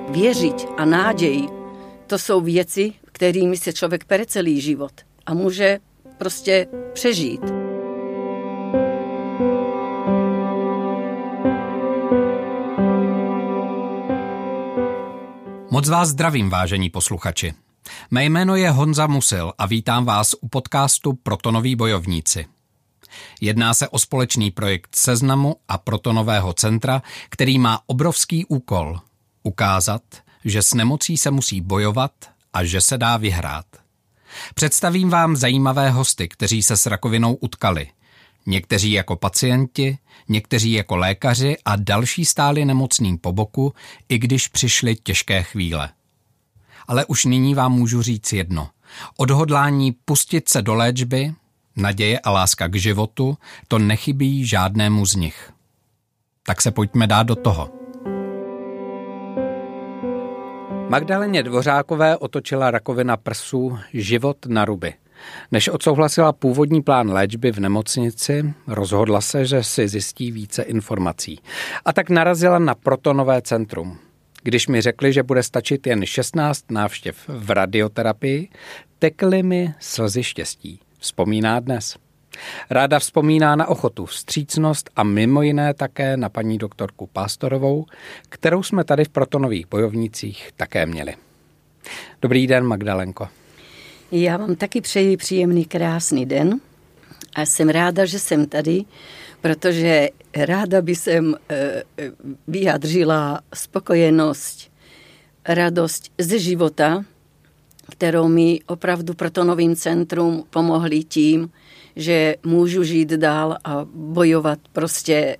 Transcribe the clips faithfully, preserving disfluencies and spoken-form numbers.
věřit a nádej, to jsou věci, kterými se člověk pere celý život a může prostě přežít. Moc vás zdravím, vážení posluchači. Mé jméno je Honza Musil a vítám vás u podcastu Protonoví bojovníci. Jedná se o společný projekt Seznamu a Protonového centra, který má obrovský úkol – ukázat, že s nemocí se musí bojovat a že se dá vyhrát. Představím vám zajímavé hosty, kteří se s rakovinou utkali. Někteří jako pacienti, někteří jako lékaři a další stáli nemocným po boku, i když přišly těžké chvíle. Ale už nyní vám můžu říct jedno. Odhodlání pustit se do léčby, naděje a láska k životu, to nechybí žádnému z nich. Tak se pojďme dát do toho. Magdaleně Dvořákové otočila rakovina prsu život na ruby. Než odsouhlasila původní plán léčby v nemocnici, rozhodla se, že si zjistí více informací. A tak narazila na Protonové centrum. Když mi řekli, že bude stačit jen šestnáct návštěv v radioterapii, tekly mi slzy štěstí. Vzpomíná dnes. Ráda vzpomíná na ochotu, vstřícnost a mimo jiné také na paní doktorku Pástorovou, kterou jsme tady v Protonových bojovnících také měli. Dobrý den, Magdalenko. Já vám taky přeji příjemný, krásný den a jsem ráda, že jsem tady, protože ráda by jsem vyjádřila spokojenost, radost ze života, kterou mi opravdu Protonovým centrum pomohli tím, že můžu žít dál a bojovat prostě,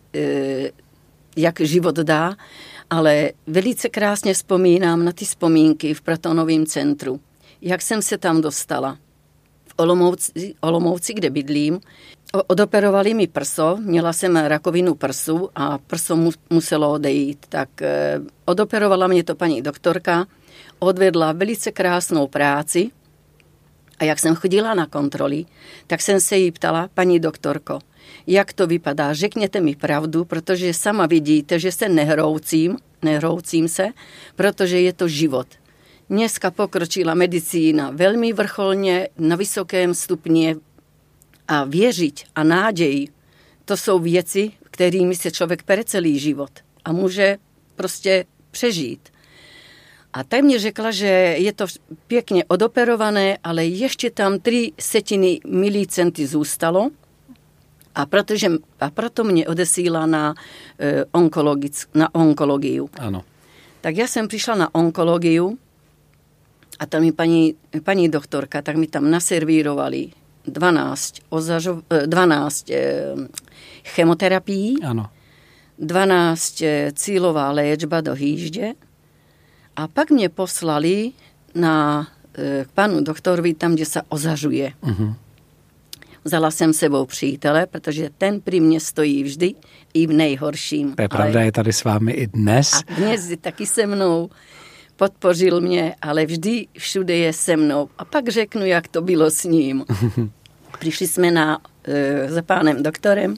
jak život dá, ale velice krásně vzpomínám na ty vzpomínky v Protonovém centru. Jak jsem se tam dostala. V Olomouci, Olomouci, kde bydlím, odoperovali mi prso, měla jsem rakovinu prsu a prso mu, muselo odejít. Tak eh, odoperovala mě to paní doktorka, odvedla velice krásnou práci a jak jsem chodila na kontroly, tak jsem se jí ptala, paní doktorko, jak to vypadá, řekněte mi pravdu, protože sama vidíte, že se nehroucím, nehroucím se, protože je to život. Dneska pokročila medicína velmi vrcholně, na vysokém stupni a věřit a nádej, to jsou věci, kterými se člověk pere celý život a může prostě přežít. A tak mě řekla, že je to pěkně odoperované, ale ještě tam tři setiny milicenty zůstalo a, protože, a proto mě odesílá na, eh, onkologic, na onkologii. Ano. Tak já jsem přišla na onkologii a tam mi paní, paní doktorka, tak mi tam naservírovali dvanáct, ozažo, dvanáct eh, chemoterapií, ano. dvanáct eh, cílová léčba do hýždě a pak mě poslali na, eh, k panu doktorovi tam, kde se ozažuje. Uh-huh. Vzala jsem sebou přítele, protože ten při mně stojí vždy i v nejhorším. To je pravda, ale je tady s vámi i dnes. A dnes je taky se mnou. Podpořil mě, ale vždy všude je se mnou. A pak řeknu, jak to bylo s ním. Přišli jsme na, e, za pánem doktorem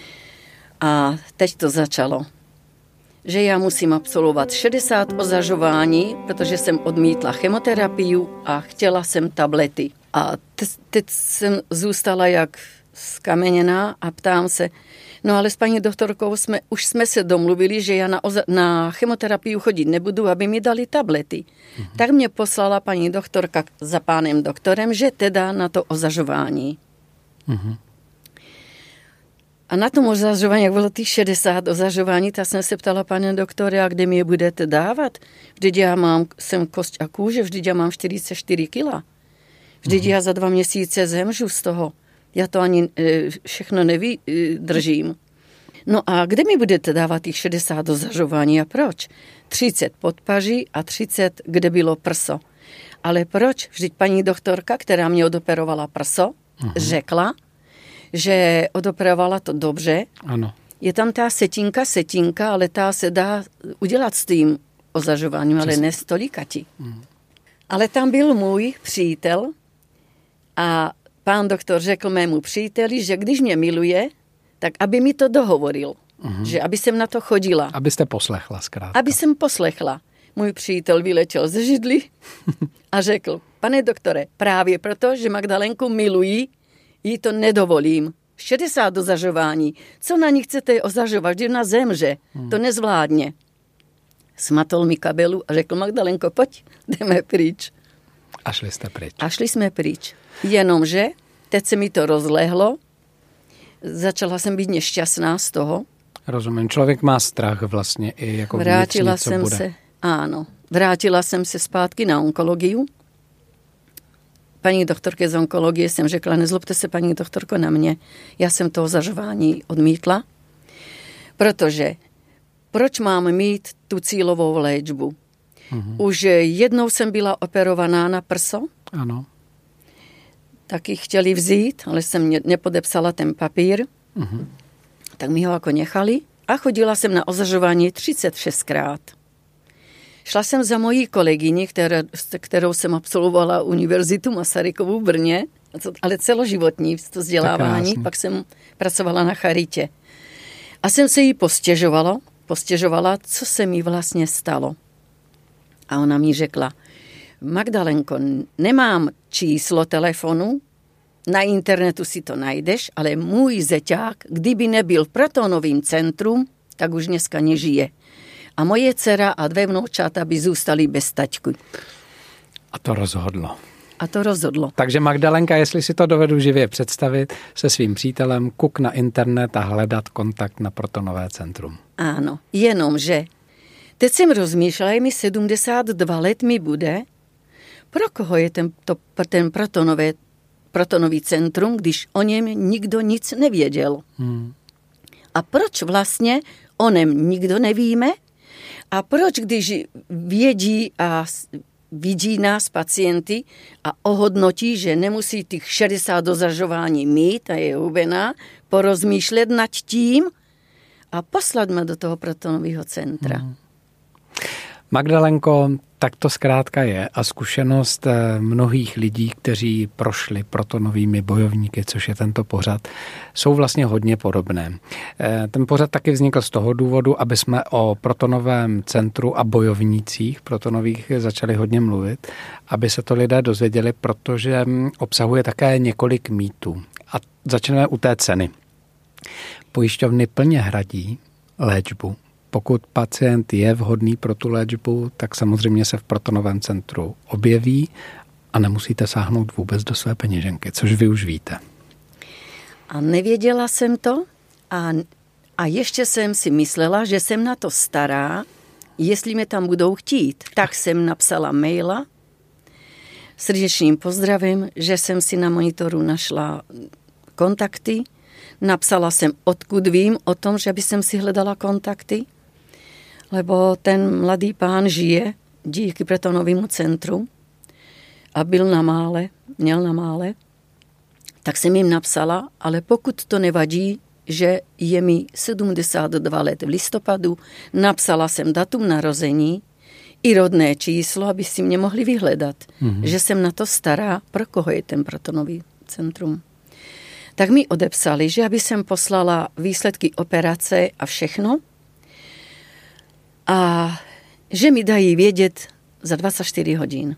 a teď to začalo. Že já musím absolvovat šedesát ozažování, protože jsem odmítla chemoterapii a chtěla jsem tablety. A te- teď jsem zůstala jak skameněná a ptám se, no ale s paní doktorkou jsme, už jsme se domluvili, že já na, oza- na chemoterapii chodit nebudu, aby mi dali tablety. Uh-huh. Tak mě poslala paní doktorka za pánem doktorem, že teda na to ozažování. Uh-huh. A na tom ozažování, jak bylo těch šedesát ozažování, tak jsem se ptala, pane doktore, a kde mi je budete dávat? Vždyť já mám, jsem kost a kůže, vždyť já mám čtyřicet čtyři kila. Vždyť uh-huh. já za dva měsíce zemřu z toho. Já to ani e, všechno nevydržím. No a kde mi budete dávat těch šedesát ozažování a proč? třicet pod paží a třicet, kde bylo prso. Ale proč? Vždyť paní doktorka, která mě odoperovala prso, uh-huh. řekla, že odoperovala to dobře. Ano. Je tam ta setinka, setinka, ale ta se dá udělat s tím ozažováním, ale ne s tolikati. Uh-huh. Ale tam byl můj přítel a pán doktor řekl mému příteli, že když mě miluje, tak aby mi to dohovoril. Uh-huh. Že aby jsem na to chodila. Abyste poslechla zkrátka. Aby jsem poslechla. můj přítel vyletěl ze židly a řekl, pane doktore, právě proto, že Magdalenku miluji, jí to nedovolím. šedesát dozažování. Co na ní chcete ozažovat, že ona zemře? Hmm. To nezvládně. Smatol mi kabelu a řekl, Magdalenko, pojď, jdeme pryč. A šli jste pryč. A šli jsme pryč. Jenomže teď se mi to rozlehlo, začala jsem být nešťastná z toho. Rozumím, člověk má strach vlastně i jako vrátila vnitřní, co jsem bude. se, ano, vrátila jsem se zpátky na onkologii. Paní doktorke z onkologie jsem řekla, nezlobte se, paní doktorko, na mě. Já jsem to ozařování odmítla, protože proč mám mít tu cílovou léčbu? Mm-hmm. Už jednou jsem byla operovaná na prso. Ano. Taky chtěli vzít, ale jsem nepodepsala ten papír. Mm-hmm. Tak mi ho jako nechali a chodila jsem na ozařování třicet šestkrát. Šla jsem za mojí kolegyni, která, kterou jsem absolvovala univerzitu Masarykovu v Brně, ale celoživotní to vzdělávání, pak jsem pracovala na charitě. A jsem se jí postěžovala, postěžovala, co se mi vlastně stalo. A ona mi řekla, Magdalenko, nemám číslo telefonu, na internetu si to najdeš, ale můj zeťák, kdyby nebyl v protonovým centrum, tak už dneska nežije. A moje dcera a dvě vnoučata by zůstaly bez taťku. A to rozhodlo. A to rozhodlo. Takže Magdalenka, jestli si to dovedu živě představit, se svým přítelem kuk na internet a hledat kontakt na protonové centrum. Ano, jenomže teď jsem rozmýšlela, je mi sedmdesát dva let mi bude, pro koho je ten, to, ten protonové, protonový centrum, když o něm nikdo nic nevěděl. Hmm. A proč vlastně o něm nikdo nevíme? A proč, když vědí a vidí nás pacienty a ohodnotí, že nemusí těch šedesát dozažování mít a je hubená, porozmýšlet nad tím a poslat mě do toho protonového centra. Hmm. Magdalenko, tak to zkrátka je a zkušenost mnohých lidí, kteří prošli protonovými bojovníky, což je tento pořad, jsou vlastně hodně podobné. Ten pořad taky vznikl z toho důvodu, aby jsme o protonovém centru a bojovnících protonových začali hodně mluvit, aby se to lidé dozvěděli, protože obsahuje také několik mýtů. A začneme u té ceny. Pojišťovny plně hradí léčbu. Pokud pacient je vhodný pro tu léčbu, tak samozřejmě se v protonovém centru objeví a nemusíte sáhnout vůbec do své peněženky, což vy už víte. A nevěděla jsem to a, a ještě jsem si myslela, že jsem na to stará, jestli mě tam budou chtít. Tak jsem napsala maila srdečným pozdravím, že jsem si na monitoru našla kontakty. Napsala jsem, odkud vím o tom, že by jsem si hledala kontakty, lebo ten mladý pán žije díky protonovému centru a byl na Mále, měl na Mále, tak jsem jim napsala, ale pokud to nevadí, že je mi sedmdesát dva let v listopadu, napsala jsem datum narození i rodné číslo, aby si mě mohli vyhledat, mm-hmm. že jsem na to stará, pro koho je ten protonový centrum. Tak mi odepsali, že aby jsem poslala výsledky operace a všechno a že mi dají vědět za dvacet čtyři hodin.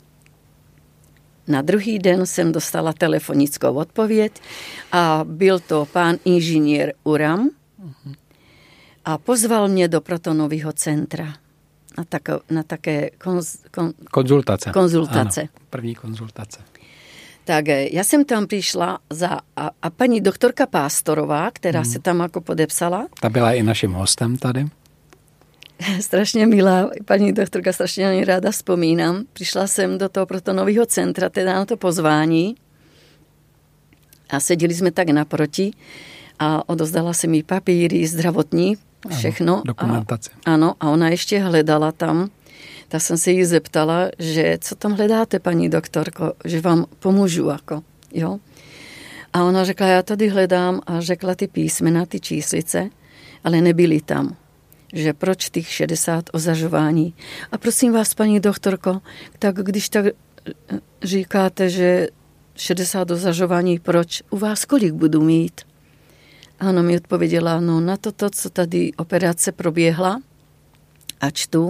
Na druhý den jsem dostala telefonickou odpověď a byl to pán inženýr Uram a pozval mě do protonového centra na, tako, na také konz, kon, konzultace. konzultace. Ano, první konzultace. Tak já jsem tam přišla za a, a paní doktorka Pástorová, která hmm. se tam jako podepsala. Ta byla i naším hostem tady. Strašně milá, paní doktorka, strašně na ní ráda vzpomínám. Přišla jsem do toho protonového centra, teda na to pozvání a seděli jsme tak naproti a odozdala se mi papíry, zdravotní, všechno. Ano, dokumentace. A, ano, a ona ještě hledala tam. Tak jsem se jí zeptala, že co tam hledáte, paní doktorko, že vám pomůžu, jako, jo. A ona řekla, já tady hledám a řekla ty písmena, ty číslice, ale nebyly tam. Že proč těch šedesát ozažování. A prosím vás, paní doktorko, tak když tak říkáte, že šedesát ozažování, proč? U vás kolik budu mít? A ona mi odpověděla, no na toto, co tady operace proběhla a čtu,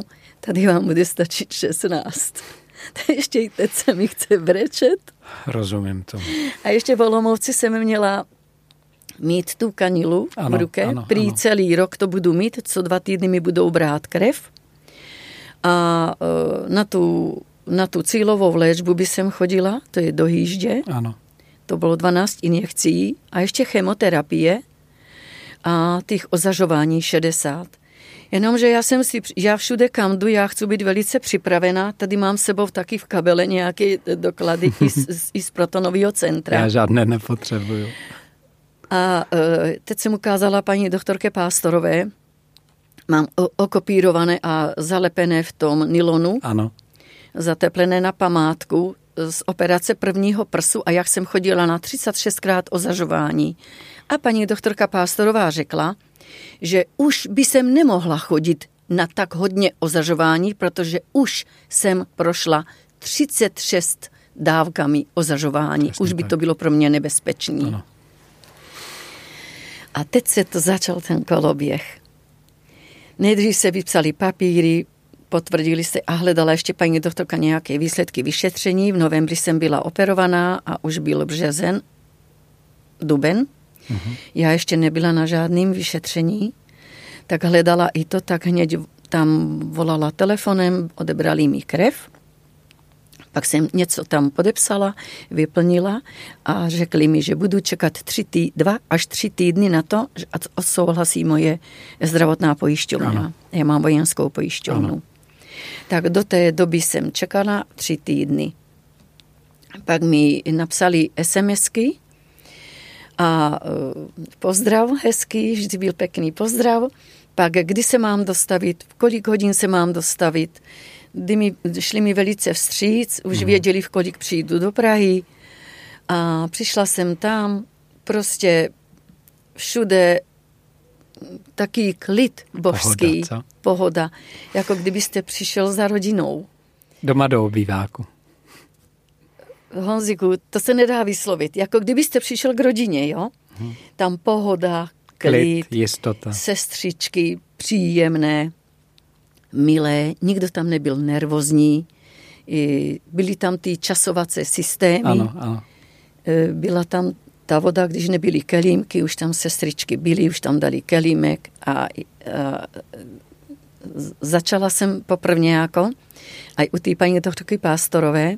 tady vám bude stačit šestnáct. To ještě i teď se mi chce brečet. Rozumím tomu. A ještě v Olomouci jsem měla mít tu kanilu ano, v ruce. Ano, Prý ano. celý rok to budu mít, co dva týdny mi budou brát krev. A na tu, na tu cílovou léčbu by jsem chodila, to je do Hýždě. Ano. To bylo dvanáct injekcí a ještě chemoterapie a těch ozažování šedesát. Jenomže já jsem si, já všude kam jdu, já chci být velice připravená. Tady mám s sebou taky v kabele nějaké doklady i z, i z protonového centra. Já žádné nepotřebuju. A teď jsem ukázala paní doktorke Pástorové, mám okopírované a zalepené v tom nylonu, Ano. zateplené na památku z operace prvního prsu a jak jsem chodila na třicet šestkrát ozažování. A paní doktorka Pástorová řekla, že už by jsem nemohla chodit na tak hodně ozažování, protože už jsem prošla třicet šest dávkami ozažování. Přesně už by tak. to bylo pro mě nebezpečné. Ano. A teď se to začal ten koloběh. Nejdřív se vypsali papíry, potvrdili se a hledala ještě paní doktorka nějaké výsledky vyšetření. V novembri jsem byla operovaná a už byl březen, duben. Uh-huh. Já ještě nebyla na žádném vyšetření, tak hledala i to, tak hned tam volala telefonem, odebrali mi krev. Pak jsem něco tam podepsala, vyplnila a řekli mi, že budu čekat tři tý, dva až tři týdny na to, že odsouhlasí moje zdravotná pojišťovna. Ano. Já mám vojenskou pojišťovnu. Ano. Tak do té doby jsem čekala tři týdny. Pak mi napsali SMSky a pozdrav hezký, vždy byl pěkný pozdrav. Pak kdy se mám dostavit, v kolik hodin se mám dostavit, kdy mi, šli mi velice vstříc, už mm. věděli, v kolik přijdu do Prahy a přišla jsem tam, prostě všude taký klid božský, pohoda, pohoda, jako kdybyste přišel za rodinou. Doma do obýváku. Honziku, to se nedá vyslovit, jako kdybyste přišel k rodině, jo? Hmm. Tam pohoda, klid, klid, jistota. Sestřičky, příjemné, milé, nikdo tam nebyl nervózní, byly tam ty časovací systémy, ano, ano. Byla tam ta voda, když nebyly kelímky, už tam sestřičky byly, už tam dali kelímek a, a začala jsem poprvně jako, a u té paní doktorky Pástorové,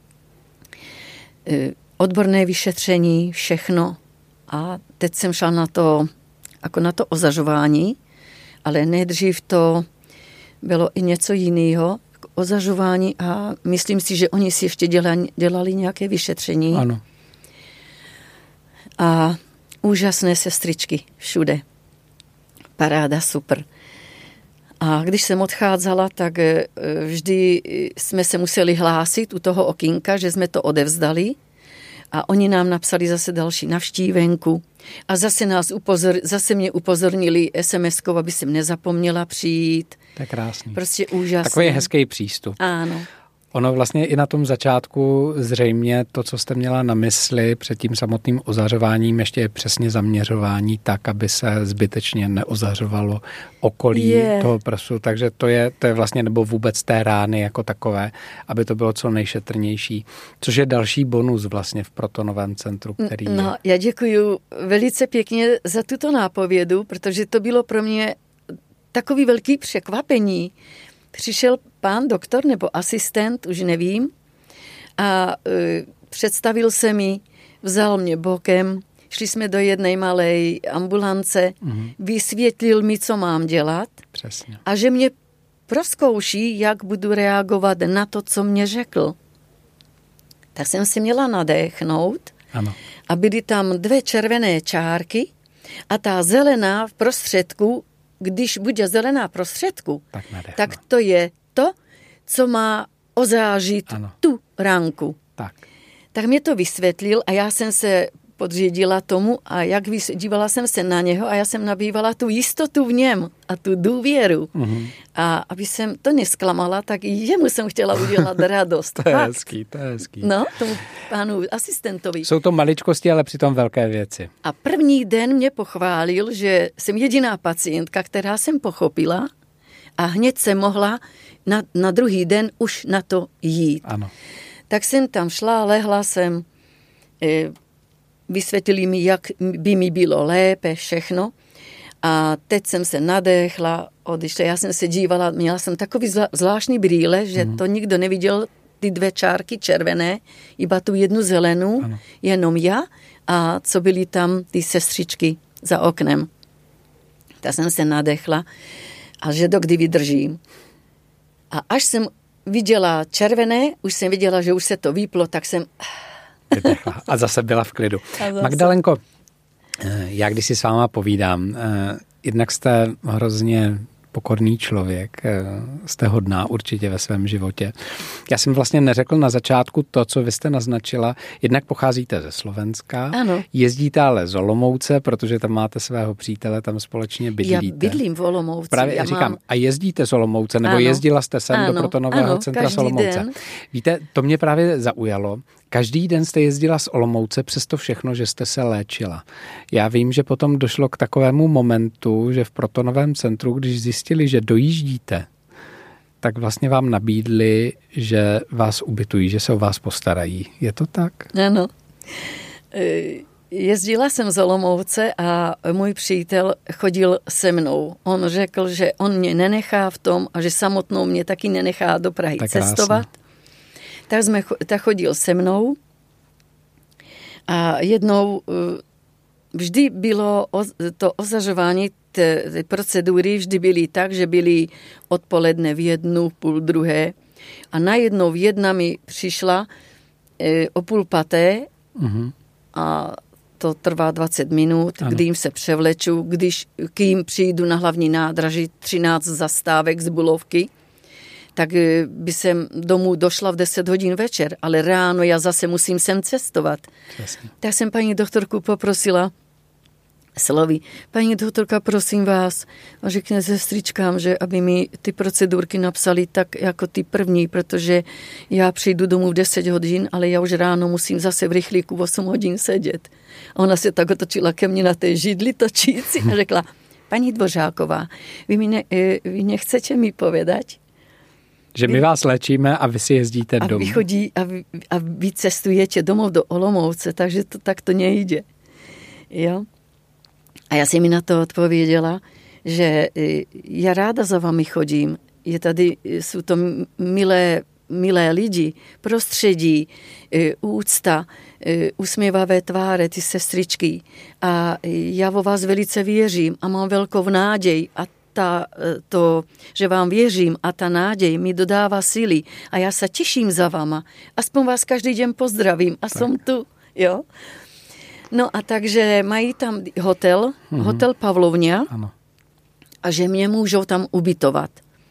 odborné vyšetření, všechno a teď jsem šla na to, jako na to ozažování, ale nejdřív to bylo i něco jiného, ozažování a myslím si, že oni si ještě dělali, dělali nějaké vyšetření. Ano. A úžasné sestřičky všude. Paráda, super. A když jsem odcházela, tak vždy jsme se museli hlásit u toho okýnka, že jsme to odevzdali a oni nám napsali zase další navštívenku a zase, nás upozor, zase mě upozornili es em eskou, aby jsem nezapomněla přijít. To je krásný. Prostě úžasný. Takový hezký přístup. Ano. Ono vlastně i na tom začátku zřejmě to, co jste měla na mysli před tím samotným ozařováním, ještě je přesně zaměřování tak, aby se zbytečně neozařovalo okolí je. toho prsu. Takže to je, to je vlastně, nebo vůbec té rány jako takové, aby to bylo co nejšetrnější. Což je další bonus vlastně v protonovém centru, který No, je. já děkuju velice pěkně za tuto nápovědu, protože to bylo pro mě takový velký překvapení. Přišel pán doktor nebo asistent, už nevím, a e, představil se mi, vzal mě bokem, šli jsme do jedné malé ambulance, mm-hmm. vysvětlil mi, co mám dělat. Přesně. A že mě prozkouší, jak budu reagovat na to, co mě řekl. Tak jsem si měla nadechnout Ano. a byly tam dvě červené čárky a ta zelená v prostředku. Když bude zelená prostředku, tak, tak to je to, co má ozážit ano. tu ránku. Tak. tak mě to vysvětlil a já jsem se podřídila tomu a jak dívala jsem se na něho a já jsem nabývala tu jistotu v něm a tu důvěru. Mm-hmm. A aby jsem to nesklamala, tak i jemu jsem chtěla udělat radost. To je hezký, to je hezký. No, tomu pánu asistentovi. Jsou to maličkosti, ale přitom velké věci. A první den mě pochválil, že jsem jediná pacientka, která jsem pochopila a hned jsem mohla na, na druhý den už na to jít. Ano. Tak jsem tam šla, lehla jsem, e, vysvětlili mi, jak by mi bylo lépe, všechno. A teď jsem se nadechla, odešla. Já jsem se dívala, měla jsem takový zvláštní brýle, že mm. to nikdo neviděl, ty dvě čárky červené, iba tu jednu zelenou, ano. jenom já a co byly tam ty sestřičky za oknem. Tak jsem se nadechla a že dokdy vydržím. A až jsem viděla červené, už jsem viděla, že už se to vyplo, tak jsem... Vydechla a zase byla v klidu. Magdalenko, já když si s váma povídám, jednak jste hrozně pokorný člověk, jste hodná určitě ve svém životě. Já jsem vlastně neřekl na začátku to, co vy jste naznačila. Jednak pocházíte ze Slovenska, ano. Jezdíte ale z Olomouce, protože tam máte svého přítele, tam společně bydlíte. Já bydlím v Olomouci. Právě já říkám, mám... a jezdíte z Olomouce, nebo ano. jezdila jste sem ano. do Protonového ano, centra z Olomouce. Den. Víte, to mě právě zaujalo. Každý den jste jezdila z Olomouce, přesto všechno, že jste se léčila. Já vím, že potom došlo k takovému momentu, že v Protonovém centru, když zjistili, že dojíždíte, tak vlastně vám nabídli, že vás ubytují, že se o vás postarají. Je to tak? Ano. Jezdila jsem z Olomouce a můj přítel chodil se mnou. On řekl, že on mě nenechá v tom a že samotnou mě taky nenechá do Prahy tak cestovat. Tak, jsme, tak chodil se mnou a jednou vždy bylo to ozařování, ty procedury vždy byly tak, že byly odpoledne v jednu, půl druhé a najednou v jedna mi přišla o půl paté uh-huh. a to trvá dvacet minut, ano. Kdy jim se převleču, když k jim přijdu na hlavní nádraží třináct zastávek z Bulovky, tak by jsem domů došla v deset hodin večer, ale ráno já zase musím sem cestovat. Jasně. Tak jsem paní doktorku poprosila slovy, paní doktorka, prosím vás, a řekne sestřičkám, že aby mi ty procedurky napsali tak jako ty první, protože já přijdu domů v deset hodin, ale já už ráno musím zase v rychlíku osm hodin sedět. A ona se tak otočila ke mně na té židli točící a řekla, paní Dvořáková, vy, mi ne, vy nechcete mi povedať, že my vás léčíme a vy si jezdíte a domů. Vy chodí a vy, a vy cestujete domov do Olomouce, takže to takto nejde. Jo? A já jsem mi na to odpověděla, že já ráda za vami chodím. Je tady, jsou to milé, milé lidi, prostředí, úcta, usměvavé tváře, ty sestřičky. A já vo vás velice věřím a mám velkou náděj a Ta, to, že vám věřím a ta náděj mi dodává síly a já se těším za váma. Aspoň vás každý den pozdravím a tak. Jsem tu, jo. No a takže mají tam hotel, mm-hmm. hotel Pavlovňa ano. A že mě můžou tam ubytovat.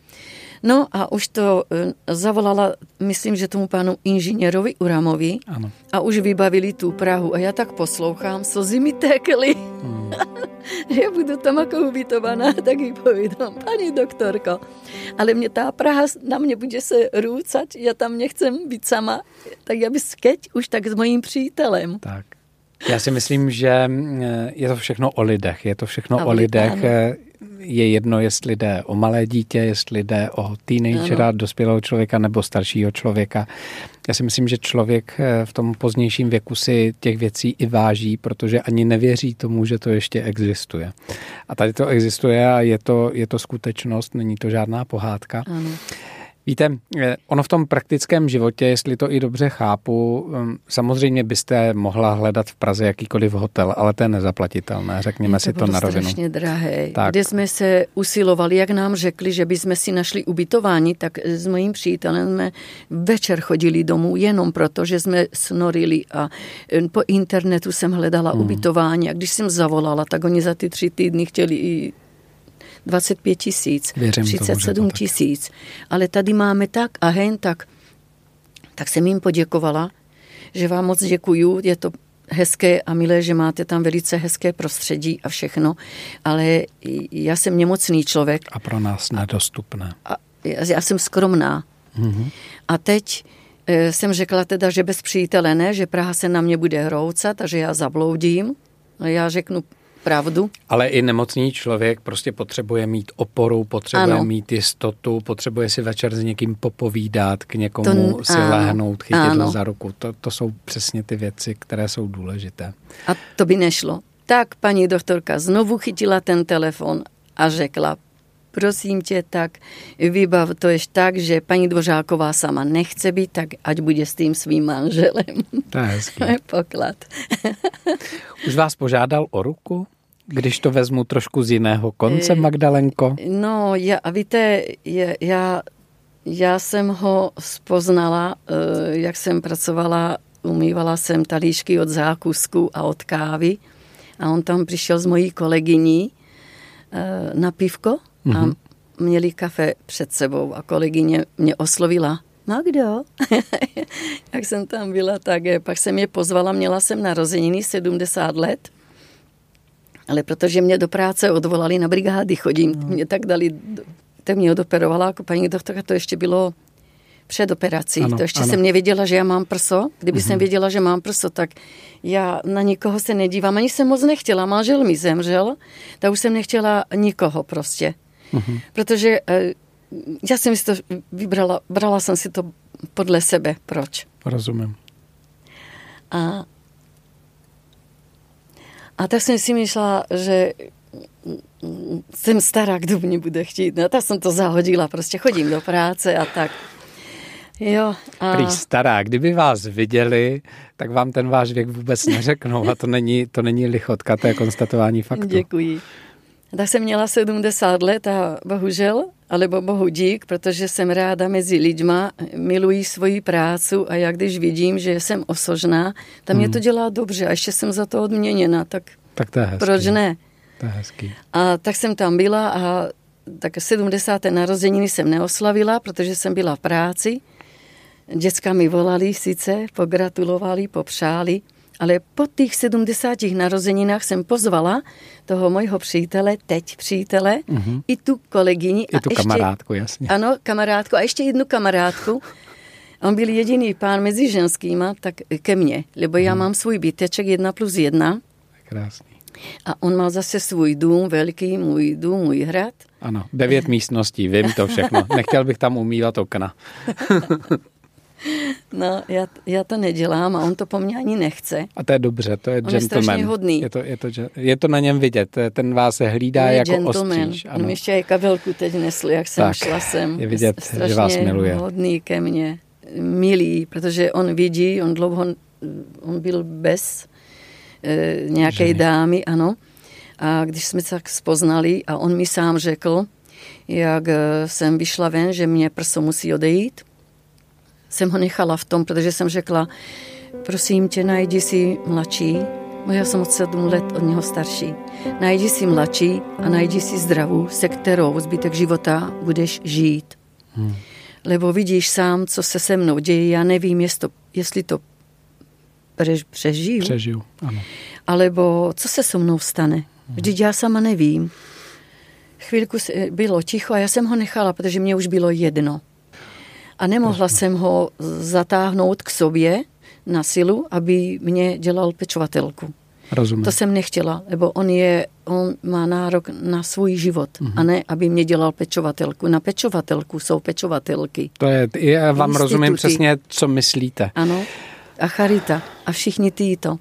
No a už to zavolala, myslím, že tomu pánu inženýrovi Uramovi ano. A už vybavili tu Prahu a já tak poslouchám, slzy mi tekly. Mm. Já budu tam jako ubytovaná, tak jí povídám, paní doktorko, ale mě ta Praha na mě bude se rúcať, já tam nechcem být sama, tak já bys keď už tak s mojím přítelem. Tak. Já si myslím, že je to všechno o lidech, je to všechno a o lidech. Ano. Je jedno, jestli jde o malé dítě, jestli jde o teenagera, dospělého člověka nebo staršího člověka. Já si myslím, že člověk v tom pozdějším věku si těch věcí i váží, protože ani nevěří tomu, že to ještě existuje. A tady to existuje a je to, je to skutečnost, není to žádná pohádka. Ano. Víte, ono v tom praktickém životě, jestli to i dobře chápu, samozřejmě byste mohla hledat v Praze jakýkoliv hotel, ale to je nezaplatitelné, řekněme to si to na rovinu. To bylo strašně drahé. Kde jsme se usilovali, jak nám řekli, že bychom si našli ubytování, tak s mojím přítelem jsme večer chodili domů jenom proto, že jsme snorili a po internetu jsem hledala hmm. ubytování a když jsem zavolala, tak oni za ty tři týdny chtěli i dvacet pět tisíc, třicet sedm tisíc. Ale tady máme tak a hen tak. Tak jsem jim poděkovala, že vám moc děkuju, je to hezké a milé, že máte tam velice hezké prostředí a všechno, ale já jsem nemocný člověk. A pro nás nedostupné. A já jsem skromná. Mm-hmm. A teď e, jsem řekla teda, že bez přítele ne, že Praha se na mě bude hroucat a že já zabloudím. A já řeknu, pravdu. Ale i nemocný člověk prostě potřebuje mít oporu, potřebuje ano. mít jistotu, potřebuje si večer s někým popovídat, k někomu to, si ano. lehnout, chytit ano. za ruku. To, to jsou přesně ty věci, které jsou důležité. A to by nešlo. Tak paní doktorka znovu chytila ten telefon a řekla, prosím tě, tak vybav to je tak, že paní Dvořáková sama nechce být, tak ať bude s tím svým manželem. To je hezký. Poklad. Už vás požádal o ruku? Když to vezmu trošku z jiného konce, Magdalenko? No, já, a víte, já, já jsem ho spoznala, jak jsem pracovala, umývala jsem talířky od zákusku a od kávy a on tam přišel s mojí kolegyní na pivko a měli kafe před sebou a kolegyně mě oslovila. Magdo, jak jsem tam byla, tak pak jsem je pozvala, měla jsem narozeniny sedmdesát let, ale protože mě do práce odvolali, na brigády chodím, no. mě tak dali, tak mě odoperovala jako paní doktorka, to ještě bylo před operací, ano, to ještě ano. jsem nevěděla, že já mám prso, kdyby uh-huh. jsem věděla, že mám prso, tak já na nikoho se nedívám, ani jsem moc nechtěla, manžel mi zemřel, tak už jsem nechtěla nikoho prostě, uh-huh. protože já jsem si to vybrala, brala jsem si to podle sebe, proč. Rozumím. A, a tak jsem si myslela, že jsem stará, kdo mě bude chtít. No tak jsem to zahodila, prostě chodím do práce a tak. Jo. A... Prý stará, kdyby vás viděli, tak vám ten váš věk vůbec neřeknou a to není, to není lichotka, to je konstatování faktu. Děkuji. Tak jsem měla sedmdesát let a bohužel, alebo bohu dík, protože jsem ráda mezi lidma, miluji svoji prácu a já když vidím, že jsem osožná, tam mě hmm. to dělá dobře a ještě jsem za to odměněna, tak, tak to je hezký. Proč ne? To je hezký. A tak jsem tam byla a tak sedmdesáté narozeniny jsem neoslavila, protože jsem byla v práci. Děcka mi volali sice, pogratulovali, popřáli, ale po těch sedmdesáti narozeninách jsem pozvala toho mojho přítele, teď přítele, uh-huh. i tu kolegyni. I tu a kamarádku, ještě, jasně. Ano, kamarádku a ještě jednu kamarádku. On byl jediný pán mezi ženskýma, tak ke mně, lebo uh-huh. já mám svůj byteček jedna plus jedna. Krásný. A on má zase svůj dům, velký můj dům, můj hrad. Ano, devět místností, vím to všechno. Nechtěl bych tam umývat okna. No, já, já to nedělám a on to po mně ani nechce. A to je dobře, to je on gentleman. Je hodný. Je to, je, to, je to na něm vidět, ten vás se hlídá je jako gentleman. ostříž. On mi ještě i kabelku teď nesl, jak jsem tak, šla sem. Je vidět, že vás miluje. Hodný ke mně, milý, protože on vidí, on dlouho, on byl bez e, nějaké Ženy. dámy, ano. A když jsme se tak spoznali a on mi sám řekl, jak jsem vyšla ven, že mě prso musí odejít, jsem ho nechala v tom, protože jsem řekla, prosím tě, najdi si mladší, bo já jsem od sedm let od něho starší, najdi si mladší a najdi si zdravou, se kterou zbytek života budeš žít. Hmm. Lebo vidíš sám, co se se mnou děje, já nevím, jestli to, jestli to přežiju, přežiju ano. alebo co se so mnou stane. Vždyť já sama nevím. Chvílku bylo ticho a já jsem ho nechala, protože mě už bylo jedno. A nemohla Rozumím. jsem ho zatáhnout k sobě na silu, aby mě dělal pečovatelku. Rozumím. To jsem nechtěla, lebo on, je, on má nárok na svůj život, uh-huh. a ne, aby mě dělal pečovatelku. Na pečovatelku jsou pečovatelky. To je, já vám Instituty. rozumím přesně, co myslíte. Ano, a charita a všichni týto.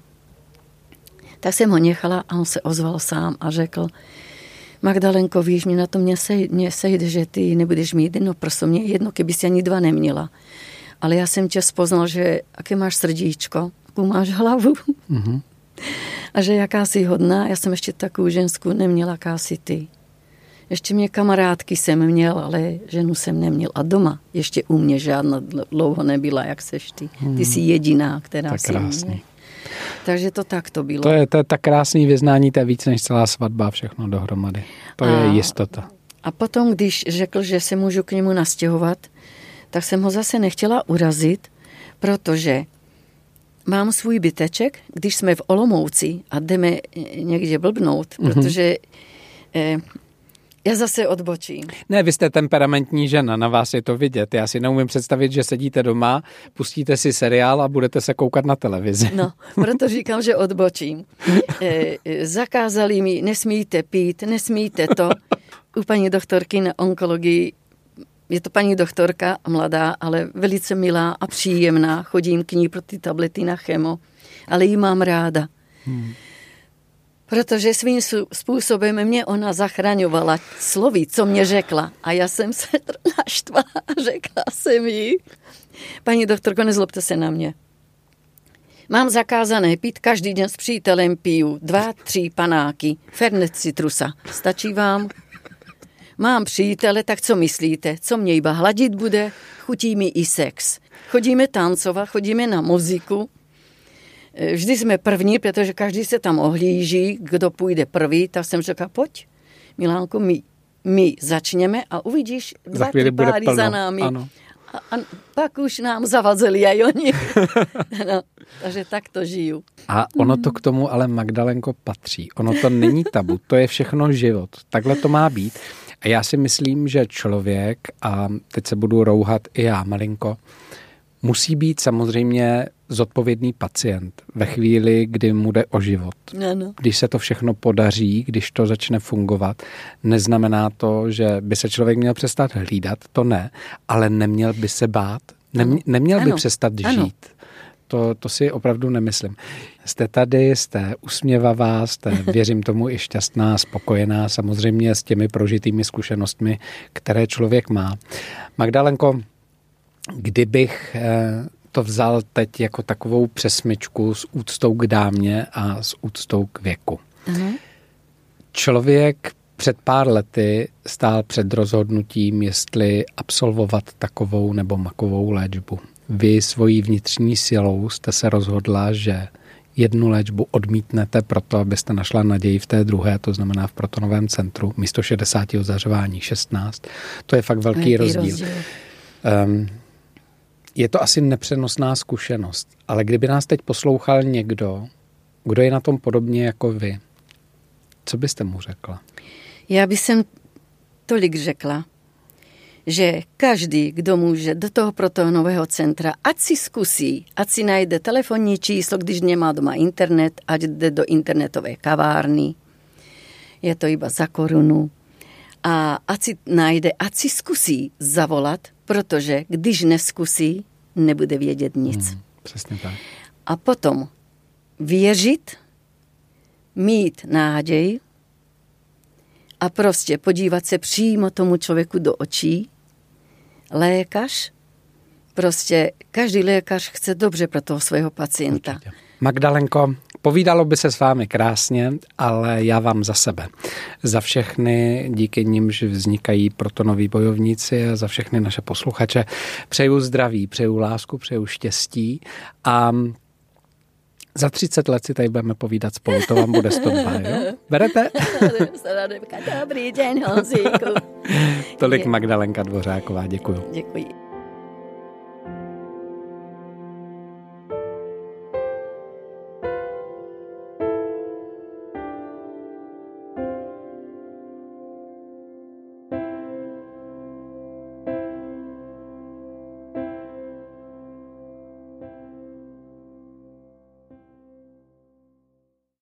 Tak jsem ho nechala a on se ozval sám a řekl, Magdalenko, víš, mě na to mě sejde, sejde, že ty nebudeš mít jedno prso, mě jedno, keby si ani dva neměla. Ale já jsem tě spoznal, že jaké máš srdíčko, jakou máš hlavu. Mm-hmm. A že jaká jsi hodná, já jsem ještě takovou ženskou neměla, jaká jsi ty. Ještě mě kamarádky jsem měl, ale ženu jsem neměl. A doma ještě u mě žádná dlouho nebyla, jak seš ty. Ty jsi jediná, která tak jsi krásný. Mě. Takže to tak to bylo. To je, to je tak krásný vyznání, to je víc než celá svatba, všechno dohromady. To a, je jistota. A potom, když řekl, že se můžu k němu nastěhovat, tak jsem ho zase nechtěla urazit, protože mám svůj byteček, když jsme v Olomouci a jdeme někde blbnout, mm-hmm. protože eh, Já zase odbočím. Ne, vy jste temperamentní žena, na vás je to vidět. Já si neumím představit, že sedíte doma, pustíte si seriál a budete se koukat na televizi. No, proto říkám, že odbočím. E, zakázali mi, nesmíte pít, nesmíte to. U paní doktorky na onkologii, je to paní doktorka, mladá, ale velice milá a příjemná. Chodím k ní pro ty tablety na chemo, ale ji mám ráda. Hmm. Protože svým způsobem mě ona zachraňovala slovy, co mě řekla. A já jsem se naštvala a řekla jsem jí, paní doktorko, nezlobte se na mě. Mám zakázané pít, každý den s přítelem piju dva, tři panáky, Fernet citrusa. Stačí vám? Mám přítele, tak co myslíte? Co mě iba hladit bude? Chutí mi i sex. Chodíme tancovat, chodíme na muziku. Vždy jsme první, protože každý se tam ohlíží, kdo půjde první, tak jsem řekla, pojď, Milánko, my, my začněme a uvidíš dva, tři páry za námi. Ano. A, a pak už nám zavazili aj oni. No, takže tak to žiju. A ono to k tomu ale, Magdalenko, patří. Ono to není tabu, to je všechno život. Takhle to má být. A já si myslím, že člověk, a teď se budu rouhat i já malinko, musí být samozřejmě zodpovědný pacient ve chvíli, kdy mu jde o život. Ano. Když se to všechno podaří, když to začne fungovat, neznamená to, že by se člověk měl přestat hlídat, to ne, ale neměl by se bát, Nem, neměl by ano. přestat žít. Ano. To, to si opravdu nemyslím. Jste tady, jste usměvavá, jste, věřím tomu, i šťastná, spokojená, samozřejmě s těmi prožitými zkušenostmi, které člověk má. Magdalenko, kdybych to vzal teď jako takovou přesmyčku s úctou k dámě a s úctou k věku. Uh-huh. Člověk před pár lety stál před rozhodnutím, jestli absolvovat takovou nebo makovou léčbu. Vy svojí vnitřní silou jste se rozhodla, že jednu léčbu odmítnete proto, abyste našla naději v té druhé, to znamená v protonovém centru, místo šedesát ozařování šestnáct. To je fakt velký, velký rozdíl. rozdíl. Um, Je to asi nepřenosná zkušenost, ale kdyby nás teď poslouchal někdo, kdo je na tom podobně jako vy, co byste mu řekla? Já bych sem tolik řekla, že každý, kdo může do toho protonového centra, ať si zkusí, ať si najde telefonní číslo, když nemá doma internet, ať jde do internetové kavárny, je to iba za korunu, a ať si najde, ať si zkusí zavolat, protože když neskusí, nebude vědět nic. Hmm, přesně tak. A potom věřit, mít náděj a prostě podívat se přímo tomu člověku do očí. Lékař, prostě každý lékař chce dobře pro toho svého pacienta. Určitě. Magdalenko, povídalo by se s vámi krásně, ale já vám za sebe, za všechny, díky nimž vznikají protonoví bojovníci a za všechny naše posluchače přeju zdraví, přeju lásku, přeju štěstí a za třicet let si tady budeme povídat spolu, to vám bude sto dva, jo? Berete? Dobrý den, Honzíku. Tolik Magdalenka Dvořáková, děkuju. Děkuji.